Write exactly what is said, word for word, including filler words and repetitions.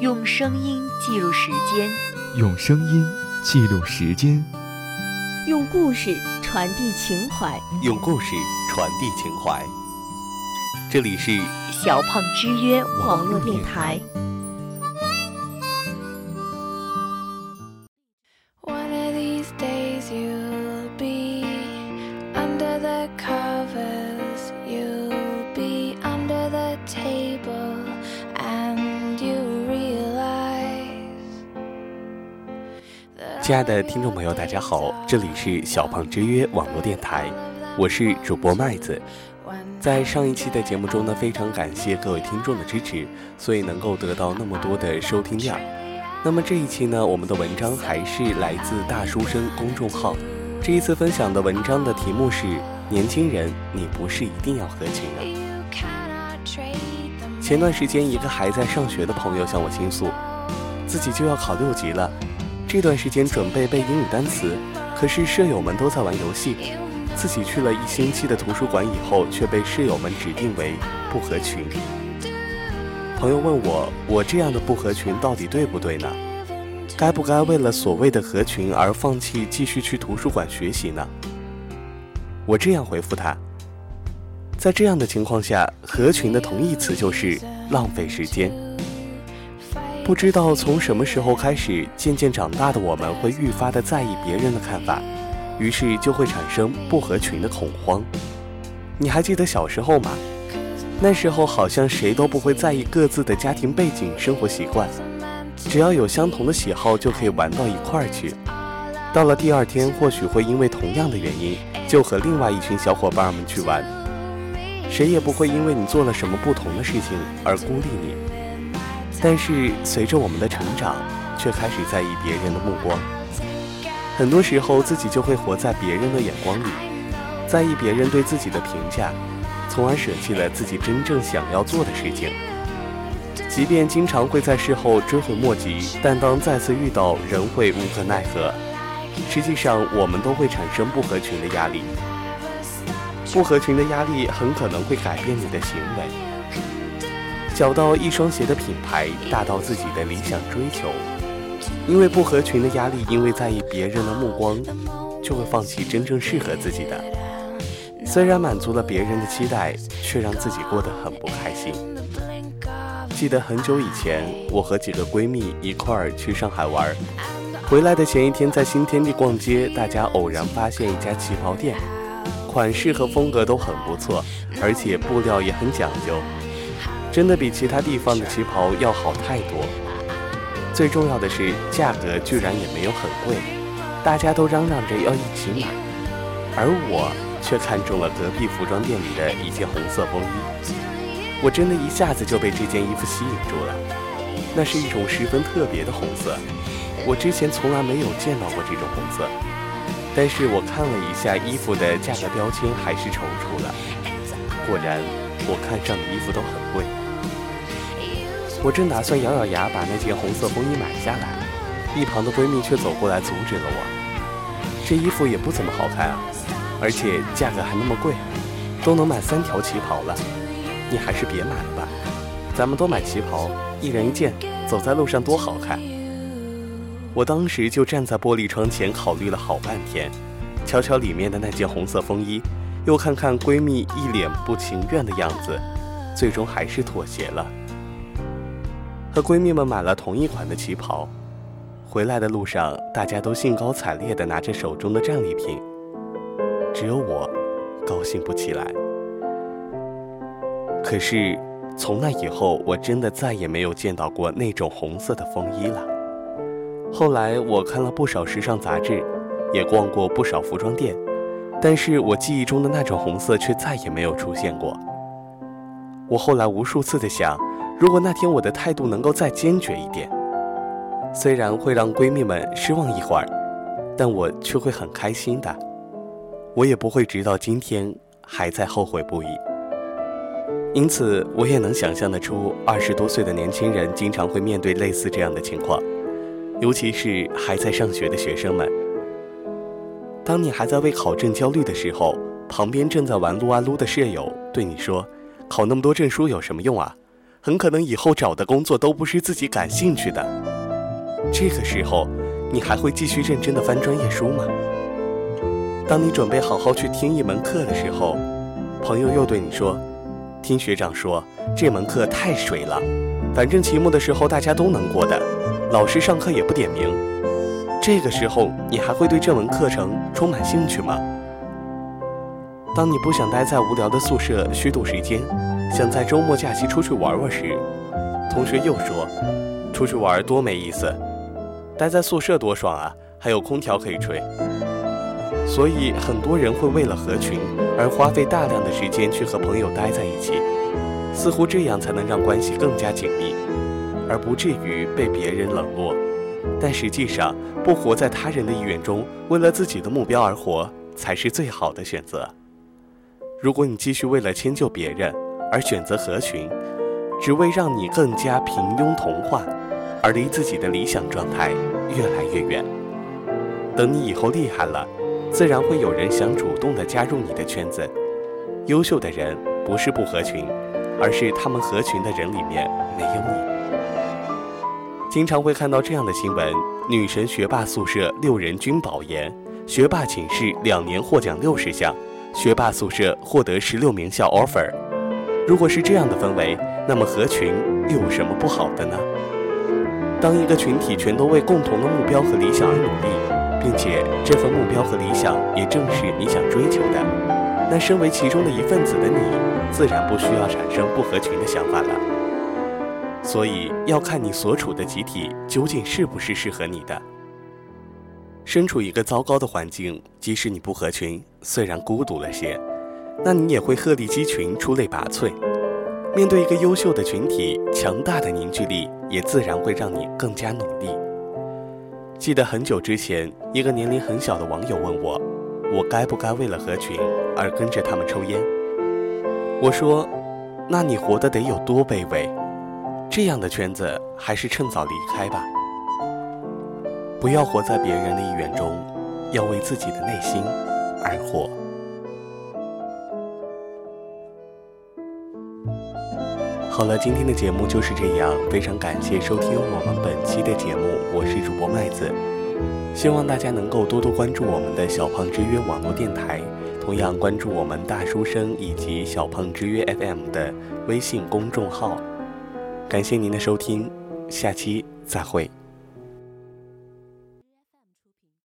用声音记录时间， 用声音记录时间， 用故事传递情怀， 用故事传递情怀。这里是小胖之约网络电台。 亲爱的听众朋友大家好，这里是小胖之约网络电台，我是主播麦子。在上一期的节目中呢，非常感谢各位听众的支持，所以能够得到那么多的收听量。那么这一期呢，我们的文章还是来自大书生公众号，这一次分享的文章的题目是年轻人，你不是一定要合群的。前段时间一个还在上学的朋友向我倾诉，自己就要考六级了，这段时间准备背英语单词，可是舍友们都在玩游戏，自己去了一星期的图书馆以后，却被室友们指定为不合群。朋友问我，我这样的不合群到底对不对呢？该不该为了所谓的合群而放弃继续去图书馆学习呢？我这样回复他，在这样的情况下，合群的同义词就是浪费时间。不知道从什么时候开始，渐渐长大的我们会愈发的在意别人的看法，于是就会产生不合群的恐慌。你还记得小时候吗？那时候好像谁都不会在意各自的家庭背景、生活习惯，只要有相同的喜好就可以玩到一块儿去。到了第二天，或许会因为同样的原因，就和另外一群小伙伴们去玩，谁也不会因为你做了什么不同的事情而孤立你。但是随着我们的成长，却开始在意别人的目光，很多时候自己就会活在别人的眼光里，在意别人对自己的评价，从而舍弃了自己真正想要做的事情。即便经常会在事后追悔莫及，但当再次遇到，仍会无可奈何。实际上我们都会产生不合群的压力，不合群的压力很可能会改变你的行为，小到一双鞋的品牌，大到自己的理想追求。因为不合群的压力，因为在意别人的目光，就会放弃真正适合自己的。虽然满足了别人的期待，却让自己过得很不开心。记得很久以前，我和几个闺蜜一块儿去上海玩，回来的前一天在新天地逛街，大家偶然发现一家旗袍店，款式和风格都很不错，而且布料也很讲究，真的比其他地方的旗袍要好太多。最重要的是，价格居然也没有很贵，大家都嚷嚷着要一起买，而我却看中了隔壁服装店里的一件红色风衣。我真的一下子就被这件衣服吸引住了，那是一种十分特别的红色，我之前从来没有见到过这种红色。但是我看了一下衣服的价格标签，还是踌躇了。果然，我看上的衣服都很贵。我正打算咬咬牙把那件红色风衣买下来，一旁的闺蜜却走过来阻止了我。这衣服也不怎么好看啊，而且价格还那么贵，都能买三条旗袍了，你还是别买了吧。咱们都买旗袍，一人一件，走在路上多好看。我当时就站在玻璃窗前考虑了好半天，瞧瞧里面的那件红色风衣，又看看闺蜜一脸不情愿的样子，最终还是妥协了。和闺蜜们买了同一款的旗袍，回来的路上，大家都兴高采烈地拿着手中的战利品，只有我高兴不起来。可是从那以后，我真的再也没有见到过那种红色的风衣了。后来我看了不少时尚杂志，也逛过不少服装店，但是我记忆中的那种红色却再也没有出现过。我后来无数次地想，如果那天我的态度能够再坚决一点，虽然会让闺蜜们失望一会儿，但我却会很开心的。我也不会直到今天还在后悔不已。因此我也能想象得出，二十多岁的年轻人经常会面对类似这样的情况，尤其是还在上学的学生们。当你还在为考证焦虑的时候，旁边正在玩撸啊撸的舍友对你说，考那么多证书有什么用啊？ 很可能以后找的工作都不是自己感兴趣的。这个时候，你还会继续认真的翻专业书吗？当你准备好好去听一门课的时候，朋友又对你说，听学长说这门课太水了，反正期末的时候大家都能过的，老师上课也不点名。这个时候你还会对这门课程充满兴趣吗？当你不想待在无聊的宿舍虚度时间，想在周末假期出去玩玩时，同学又说，出去玩多没意思，待在宿舍多爽啊，还有空调可以吹。所以很多人会为了合群而花费大量的时间去和朋友待在一起，似乎这样才能让关系更加紧密，而不至于被别人冷落。但实际上，不活在他人的意愿中，为了自己的目标而活，才是最好的选择。如果你继续为了迁就别人而选择合群，只为让你更加平庸同化，而离自己的理想状态越来越远。等你以后厉害了，自然会有人想主动地加入你的圈子。优秀的人不是不合群，而是他们合群的人里面没有你。经常会看到这样的新闻，女神学霸宿舍六人均保研，学霸寝室两年获奖六十项，学霸宿舍获得十六名校 offer。 如果是这样的氛围，那么合群又有什么不好的呢？当一个群体全都为共同的目标和理想而努力，并且这份目标和理想也正是你想追求的，那身为其中的一份子的你，自然不需要产生不合群的想法了。所以要看你所处的集体究竟是不是适合你的。身处一个糟糕的环境，即使你不合群，虽然孤独了些，那你也会鹤立鸡群，出类拔萃。面对一个优秀的群体，强大的凝聚力也自然会让你更加努力。记得很久之前，一个年龄很小的网友问我，我该不该为了合群而跟着他们抽烟？我说，那你活得得有多卑微？这样的圈子还是趁早离开吧。不要活在别人的意愿中，要为自己的内心而活。好了，今天的节目就是这样，非常感谢收听我们本期的节目，我是主播麦子。希望大家能够多多关注我们的小胖之约网络电台，同样关注我们大书生以及小胖之约 F M 的微信公众号。感谢您的收听，下期再会。